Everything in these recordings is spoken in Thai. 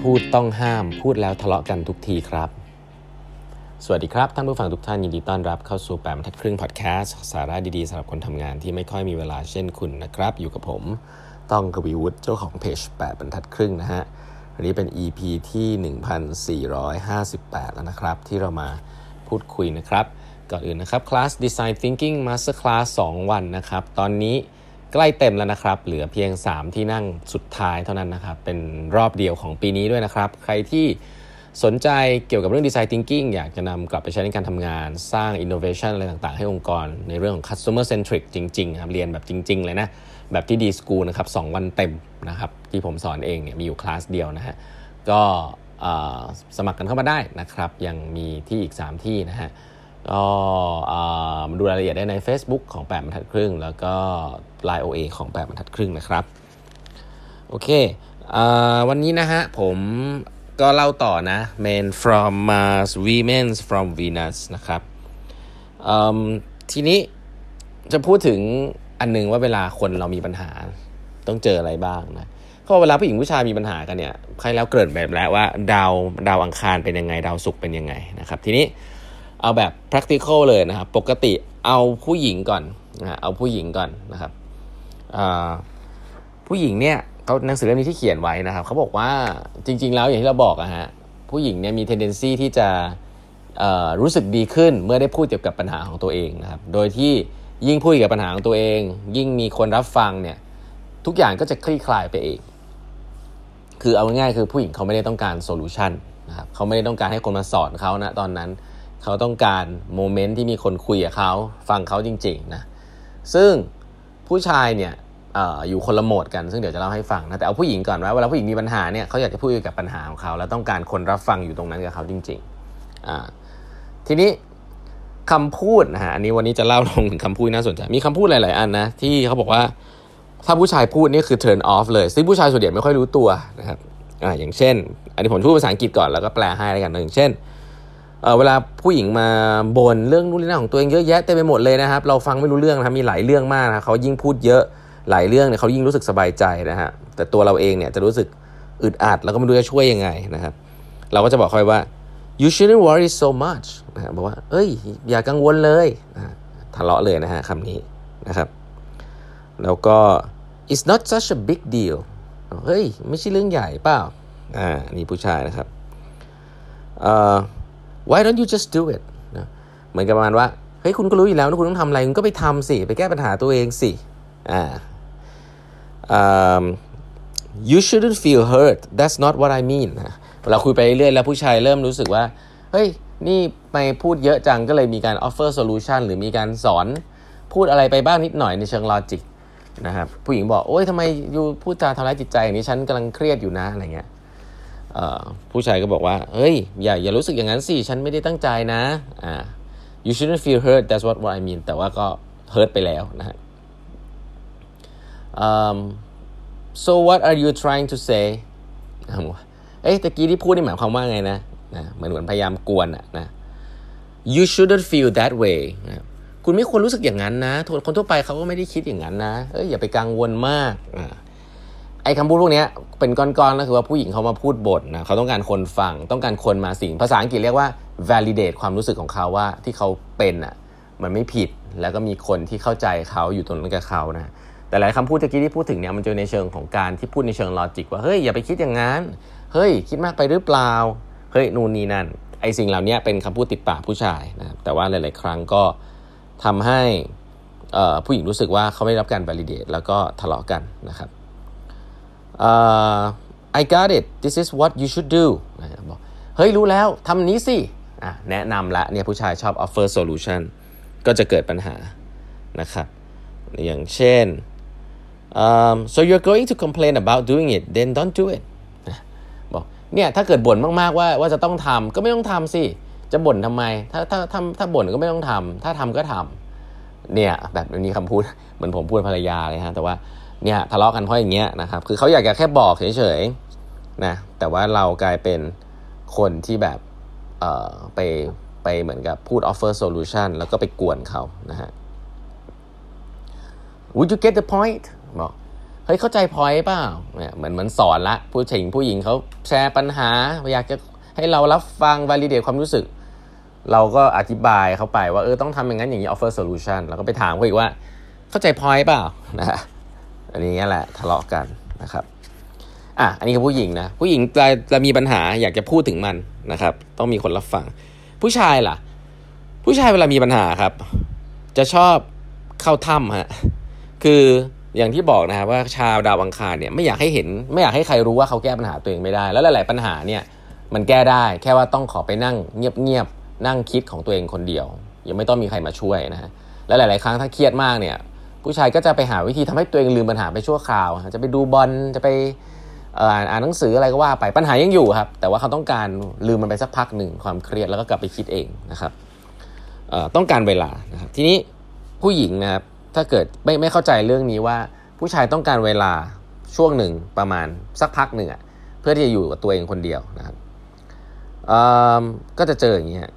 พูดต้องห้ามพูดแล้วทะเลาะกันทุกทีครับสวัสดีครับท่านผู้ฟังทุกท่านยินดีต้อนรับเข้าสู่8บรรทัดครึ่งพอดแคสต์สาระดีๆสำหรับคนทำงานที่ไม่ค่อยมีเวลาเช่นคุณนะครับอยู่กับผมต้องกวีวุฒิเจ้าของเพจ8บรรทัดครึ่งนะฮะวันนี้เป็น EP ที่1458แล้วนะครับที่เรามาพูดคุยนะครับก่อนอื่นนะครับคลาส Design Thinking Master Class 2 วันนะครับตอนนี้ใกล้เต็มแล้วนะครับเหลือเพียง3ที่นั่งสุดท้ายเท่านั้นนะครับเป็นรอบเดียวของปีนี้ด้วยนะครับใครที่สนใจเกี่ยวกับเรื่อง Design Thinking อยากจะนำกลับไปใช้ในการทำงานสร้าง Innovation อะไรต่างๆให้องค์กรในเรื่องของ Customer Centric จริงๆครับเรียนแบบจริงๆเลยนะแบบที่ D School นะครับ2วันเต็มนะครับที่ผมสอนเองเนี่ยมีอยู่คลาสเดียวนะฮะก็สมัครกันเข้ามาได้นะครับยังมีที่อีก3ที่นะฮะก็มาดูรายละเอียดได้ใน Facebook ของ8บรรทัดครึ่งแล้วก็ Line OA ของ8บรรทัดครึ่งนะครับโอเควันนี้นะฮะผมก็เล่าต่อนะ Men from Mars Women from Venus นะครับทีนี้จะพูดถึงอันนึงว่าเวลาคนเรามีปัญหาต้องเจออะไรบ้างนะเพราะเวลาผู้หญิงผู้ชายมีปัญหากันเนี่ยใครแล้วเกริ่นแบบแล้วว่าดาวอังคารเป็นยังไงดาวศุกร์เป็นยังไงนะครับทีนี้เอาแบบ practical เลยนะครับปกติเอาผู้หญิงก่อนนะเอาผู้หญิงก่อนนะครับผู้หญิงเนี่ยเขาหนังสือเล่มนี้ที่เขียนไว้นะครับเขาบอกว่าจริงๆแล้วอย่างที่เราบอกฮะผู้หญิงเนี่ยมี tendency ที่จะรู้สึกดีขึ้นเมื่อได้พูดเกี่ยวกับปัญหาของตัวเองนะครับโดยที่ยิ่งพูดเกี่ยวกับปัญหาของตัวเองยิ่งมีคนรับฟังเนี่ยทุกอย่างก็จะคลี่คลายไปเองคือเอาง่ายๆคือผู้หญิงเขาไม่ได้ต้องการโซลูชันนะครับเขาไม่ได้ต้องการให้คนมาสอนเขานะตอนนั้นเขาต้องการโมเมนต์ที่มีคนคุยกับเขาฟังเขาจริงๆนะซึ่งผู้ชายเนี่ยอยู่คนละโหมดกันซึ่งเดี๋ยวจะเล่าให้ฟังนะแต่เอาผู้หญิงก่อนว่าเวลาผู้หญิงมีปัญหาเนี่ยเขาอยากจะพูดเกี่ยวกับปัญหาของเขาแล้วต้องการคนรับฟังอยู่ตรงนั้นกับเขาจริงๆทีนี้คำพูดนะฮะอันนี้วันนี้จะเล่าลงถึงคำพูดน่าสนใจมีคำพูดหลายๆอันนะที่เขาบอกว่าถ้าผู้ชายพูดนี่คือ turn off เลยซึ่งผู้ชายส่วนใหญ่ไม่ค่อยรู้ตัวนะครับอย่างเช่นอันนี้ผมพูดภาษาอังกฤษก่อนแล้วก็แปลให้แล้วกันอย่างเช่นเวลาผู้หญิงมาบ่นเรื่องนู่นนี่นั่นของตัวเองเยอะแยะเต็มไปหมดเลยนะครับเราฟังไม่รู้เรื่องนะครับมีหลายเรื่องมากนะเขายิ่งพูดเยอะหลายเรื่องเนี่ยเขายิ่งรู้สึกสบายใจนะฮะแต่ตัวเราเองเนี่ยจะรู้สึกอึดอัดแล้วก็ไม่รู้จะช่วยยังไงนะครับเราก็จะบอกเขาว่า you shouldn't worry so much นะบอกว่าเอ้ยอย่ากังวลเลยทะเลาะเลยนะฮะคำนี้นะครับแล้วก็ it's not such a big deal เฮ้ยไม่ใช่เรื่องใหญ่เปล่านี่ผู้ชายนะครับwhy don't you just do it นะเหมือนกับประมาณว่าเฮ้ยคุณก็รู้อยู่แล้วว่าคุณต้องทำอะไรคุณก็ไปทำสิไปแก้ปัญหาตัวเองสิyou shouldn't feel hurt that's not what I mean นะเวลาคุยไปเรื่อยๆแล้วผู้ชายเริ่มรู้สึกว่าเฮ้ยนี่ไปพูดเยอะจังก็เลยมีการ offer solution หรือมีการสอนพูดอะไรไปบ้างนิดหน่อยในเชิงลอจิกนะครับผู้หญิงบอกโอ๊ยทำไมอยู่พูดจาทำร้ายจิตใจอย่างนี้ฉันกำลังเครียดอยู่นะอะไรเงี้ยผู้ชายก็บอกว่าเฮ้ยอย่ารู้สึกอย่างนั้นสิฉันไม่ได้ตั้งใจนะyou shouldn't feel hurt that's what I mean แต่ว่าก็ hurt ไปแล้วนะฮะso what are you trying to say ตะกี้ที่พูดนี่หมายความว่าไงนะเหมือนพยายามกวนนะ you shouldn't feel that way นะคุณไม่ควรรู้สึกอย่างนั้นนะคนทั่วไปเขาก็ไม่ได้คิดอย่างนั้นนะอย่าไปกังวลมากไอ้คำพูดพวกนี้เป็นก้อนๆก็คือว่าผู้หญิงเขามาพูดบ่นนะเขาต้องการคนฟังต้องการคนมาสิ่งภาษาอังกฤษเรียกว่า validate ความรู้สึกของเขาว่าที่เขาเป็นมันไม่ผิดแล้วก็มีคนที่เข้าใจเขาอยู่ตรงนั้นกับเขานะแต่หลายคำพูดตะกี้ที่พูดถึงเนี่ยมันจะในเชิงของการที่พูดในเชิงลอจิกว่าเฮ้ยอย่าไปคิดอย่างนั้นเฮ้ยคิดมากไปหรือเปล่าเฮ้ยนู่นนี่นั่นไอ้สิ่งเหล่านี้เป็นคำพูดติดปากผู้ชายนะแต่ว่าหลายๆครั้งก็ทำให้ผู้หญิงรู้สึกว่าเขาไม่ได้รับการ validate แล้วก็ทะเลาะกันนะครับI got it this is what you should do บอกเฮ้ยรู้แล้วทำนี้สิแนะนำละเนี่ยผู้ชายชอบ offer solution ก็จะเกิดปัญหานะครับอย่างเช่นso you're going to complain about doing it then don't do it บอกเนี่ยถ้าเกิดบ่นมากๆว่าจะต้องทำก็ไม่ต้องทำสิจะบ่นทำไมถ้าบ่นก็ไม่ต้องทำถ้าทำก็ทำเนี่ยแบบนี้คำพูดเหมือนผมพูดภรรยาเลยฮะแต่ว่าเนี่ยทะเลาะกันเพราะอย่างเงี้ยนะครับคือเขาอยากจะแค่บอกเฉยๆนะแต่ว่าเรากลายเป็นคนที่แบบไปเหมือนกับพูด offer solution แล้วก็ไปกวนเขานะฮะ Would you get the point บอกเฮ้ยเข้าใจพอยต์เปล่าเนี่ยเหมือนสอนละผู้หญิงเขาแชร์ปัญหาอยากจะให้เรารับฟัง validate ความรู้สึกเราก็อธิบายเขาไปว่าต้องทำอย่างนั้นอย่างนี้ offer solution แล้วก็ไปถามเขาอีกว่าเข้าใจพอยต์เปล่านะอันนี้แหละทะเลาะกันนะครับอันนี้คือผู้หญิงนะผู้หญิงจะมีปัญหาอยากจะพูดถึงมันนะครับต้องมีคนรับฟังผู้ชายล่ะผู้ชายเวลามีปัญหาครับจะชอบเข้าถ้ำฮะคืออย่างที่บอกนะครับว่าชาวดาวอังคารเนี่ยไม่อยากให้ใครรู้ว่าเขาแก้ปัญหาตัวเองไม่ได้แล้วหลายๆปัญหาเนี่ยมันแก้ได้แค่ว่าต้องขอไปนั่งเงียบๆนั่งคิดของตัวเองคนเดียวยังไม่ต้องมีใครมาช่วยนะฮะและหลายๆครั้งถ้าเครียดมากเนี่ยผู้ชายก็จะไปหาวิธีทำให้ตัวเองลืมปัญหาไปชั่วคราวจะไปดูบอลจะไปอ่านหนังสืออะไรก็ว่าไปปัญหายังอยู่ครับแต่ว่าเขาต้องการลืมมันไปสักพักหนึ่งความเครียดแล้วก็กลับไปคิดเองนะครับต้องการเวลานะครับทีนี้ผู้หญิงนะครับถ้าเกิดไม่เข้าใจเรื่องนี้ว่าผู้ชายต้องการเวลาช่วงหนึ่งประมาณสักพักหนึ่งเพื่อที่จะอยู่กับตัวเองคนเดียวนะครับก็จะเจออย่างนี้ฮะ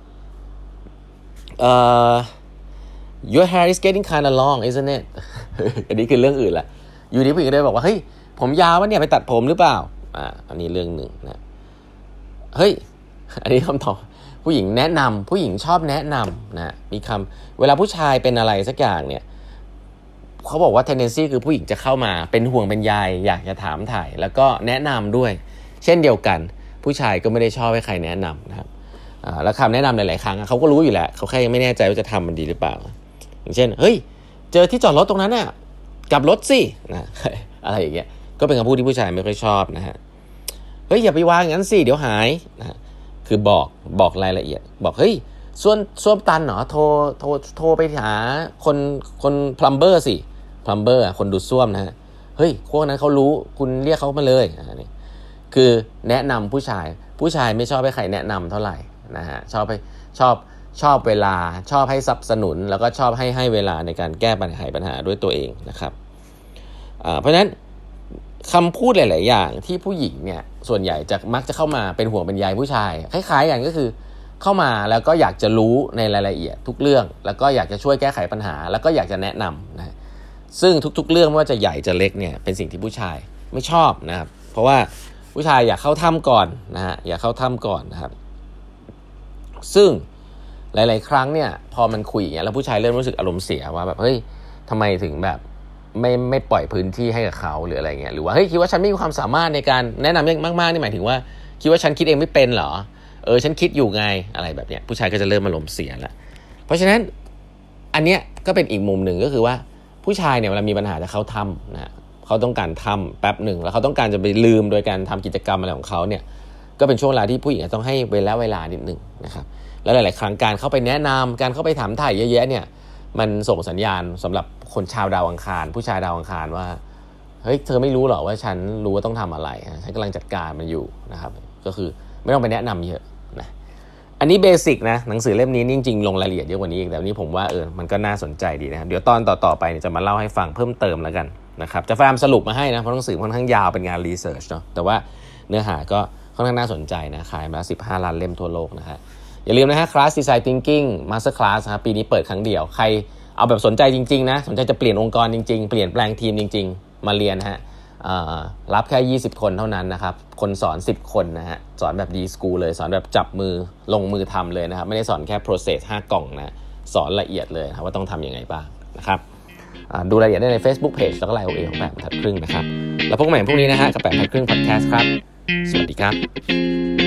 your hair is getting kind of long isn't it อันนี้คือเรื่องอื่นละอยู่ดีผู้หญิงก็ได้บอกว่าเฮ้ยผมยาววะเนี่ยไปตัดผมหรือเปล่าอันนี้เรื่องหนึ่งนะเฮ้ยอันนี้คำตอบผู้หญิงแนะนำผู้หญิงชอบแนะนำนะมีคำเวลาผู้ชายเป็นอะไรสักอย่างเนี่ยเขาบอกว่า tendency คือผู้หญิงจะเข้ามาเป็นห่วงเป็นใยอยากจะถามถ่ายแล้วก็แนะนำด้วยเช่นเดียวกันผู้ชายก็ไม่ได้ชอบให้ใครแนะนำนะครับแล้วคำแนะนำหลายๆครั้งเขาก็รู้อยู่แหละเขาแค่ยังไม่แน่ใจว่าจะทำมันดีหรือเปล่าอย่างเช่นเฮ้ยเจอที่จอดรถตรงนั้นน่ะกลับรถสินะอะไรอย่างเงี้ยก็เป็นคำพูดที่ผู้ชายไม่ค่อยชอบนะฮะเฮ้ยอย่าไปวางอย่างนั้นสิเดี๋ยวหายนะคือบอกรายละเอียดบอกเฮ้ยส้วมตันเหรอโทรไปหาคนพลัมเบอร์สิพลัมเบอร์คนดูดส้วมนะฮะเฮ้ยพวกนั้นเขารู้คุณเรียกเขามาเลยนี่คือแนะนำผู้ชายไม่ชอบให้ใครแนะนำเท่าไหร่นะฮะชอบเวลาชอบให้สนับสนุนแล้วก็ชอบให้เวลาในการแก้ปัญหาด้วยตัวเองนะครับเพราะฉะนั้นคำพูดหลายๆอย่างที่ผู้หญิงเนี่ยส่วนใหญ่จะมักจะเข้ามาเป็นห่วงเป็นใยผู้ชายคล้ายๆกันก็คือเข้ามาแล้วก็อยากจะรู้ในรายละเอียดทุกเรื่องแล้วก็อยากจะช่วยแก้ไขปัญหาแล้วก็อยากจะแนะนำนะซึ่งทุกๆเรื่องไม่ว่าจะใหญ่จะเล็กเนี่ยเป็นสิ่งที่ผู้ชายไม่ชอบนะครับเพราะว่าผู้ชายอยากเข้าถ้ำก่อนนะฮะอยากเข้าถ้ำก่อนนะครับซึ่งหลายๆครั้งเนี่ยพอมันคุยอย่างเงี้ยแล้วผู้ชายเริ่มรู้สึกอารมณ์เสียว่าแบบเฮ้ยทำไมถึงแบบไม่ปล่อยพื้นที่ให้กับเขาหรืออะไรเงี้ยหรือว่าเฮ้ยคิดว่าฉันไม่มีความสามารถในการแนะนำมากๆนี่หมายถึงว่าคิดว่าฉันคิดเองไม่เป็นเหรอฉันคิดอยู่ไงอะไรแบบเนี้ยผู้ชายก็จะเริ่มอารมณ์เสียแล้วเพราะฉะนั้นอันเนี้ยก็เป็นอีกมุมหนึ่งก็คือว่าผู้ชายเนี่ยเวลามีปัญหาจะเข้าถ้ำนะเขาต้องการถ้ำแป๊บหนึ่งแล้วเขาต้องการจะไปลืมโดยการทำกิจกรรมอะไรของเขาเนี่ยก็เป็นช่วงเวลาที่ผู้หญิงต้องให้เวลานิดนึงนะครับแล้วหลายๆครั้งการเข้าไปแนะนำการเข้าไปถามถ่ายเยอะแยะเนี่ยมันส่งสัญญาณสำหรับคนชาวดาวอังคารผู้ชายดาวอังคารว่าเฮ้ยเธอไม่รู้หรอว่าฉันรู้ว่าต้องทำอะไรฉันกำลังจัดการมันอยู่นะครับก็คือไม่ต้องไปแนะนำเยอะนะอันนี้เบสิกนะหนังสือเล่มนี้จริงๆลงรายละเอียดเยอะกว่านี้อีกแต่วันนี้ผมว่ามันก็น่าสนใจดีนะครับเดี๋ยวตอนต่อไปจะมาเล่าให้ฟังเพิ่มเติมแล้วกันนะครับจะพยายามสรุปมาให้นะเพราะหนังสือค่อนข้างยาวเป็นงานรีเสิร์ชเนาะแต่ว่าเนื้อหาก็ค่อนข้างน่าสนใจนะขายมา15 ล้านเล่มทั่วโลกนะฮะอย่าลืมนะฮะคลาส Design Thinking Master Class นะครับปีนี้เปิดครั้งเดียวใครเอาแบบสนใจจริงๆนะสนใจจะเปลี่ยนองค์กรจริงๆเปลี่ยนแปลงทีมจริงๆมาเรียนฮะรับแค่20 คนเท่านั้นนะครับคนสอน10 คนนะฮะสอนแบบ D School เลยสอนแบบจับมือลงมือทำเลยนะครับไม่ได้สอนแค่ process 5 กล่องนะสอนละเอียดเลยนะว่าต้องทำยังไงบ้างนะครับดูรายละเอียดได้ใน Facebook Page แล้วก็ LINE OA ของ8 บรรทัดครึ่งนะครับแล้วพบกันใหม่พรุ่งนี้นะฮะกับ8 บรรทัดครึ่ง Podcast ครับสวัสดีครับ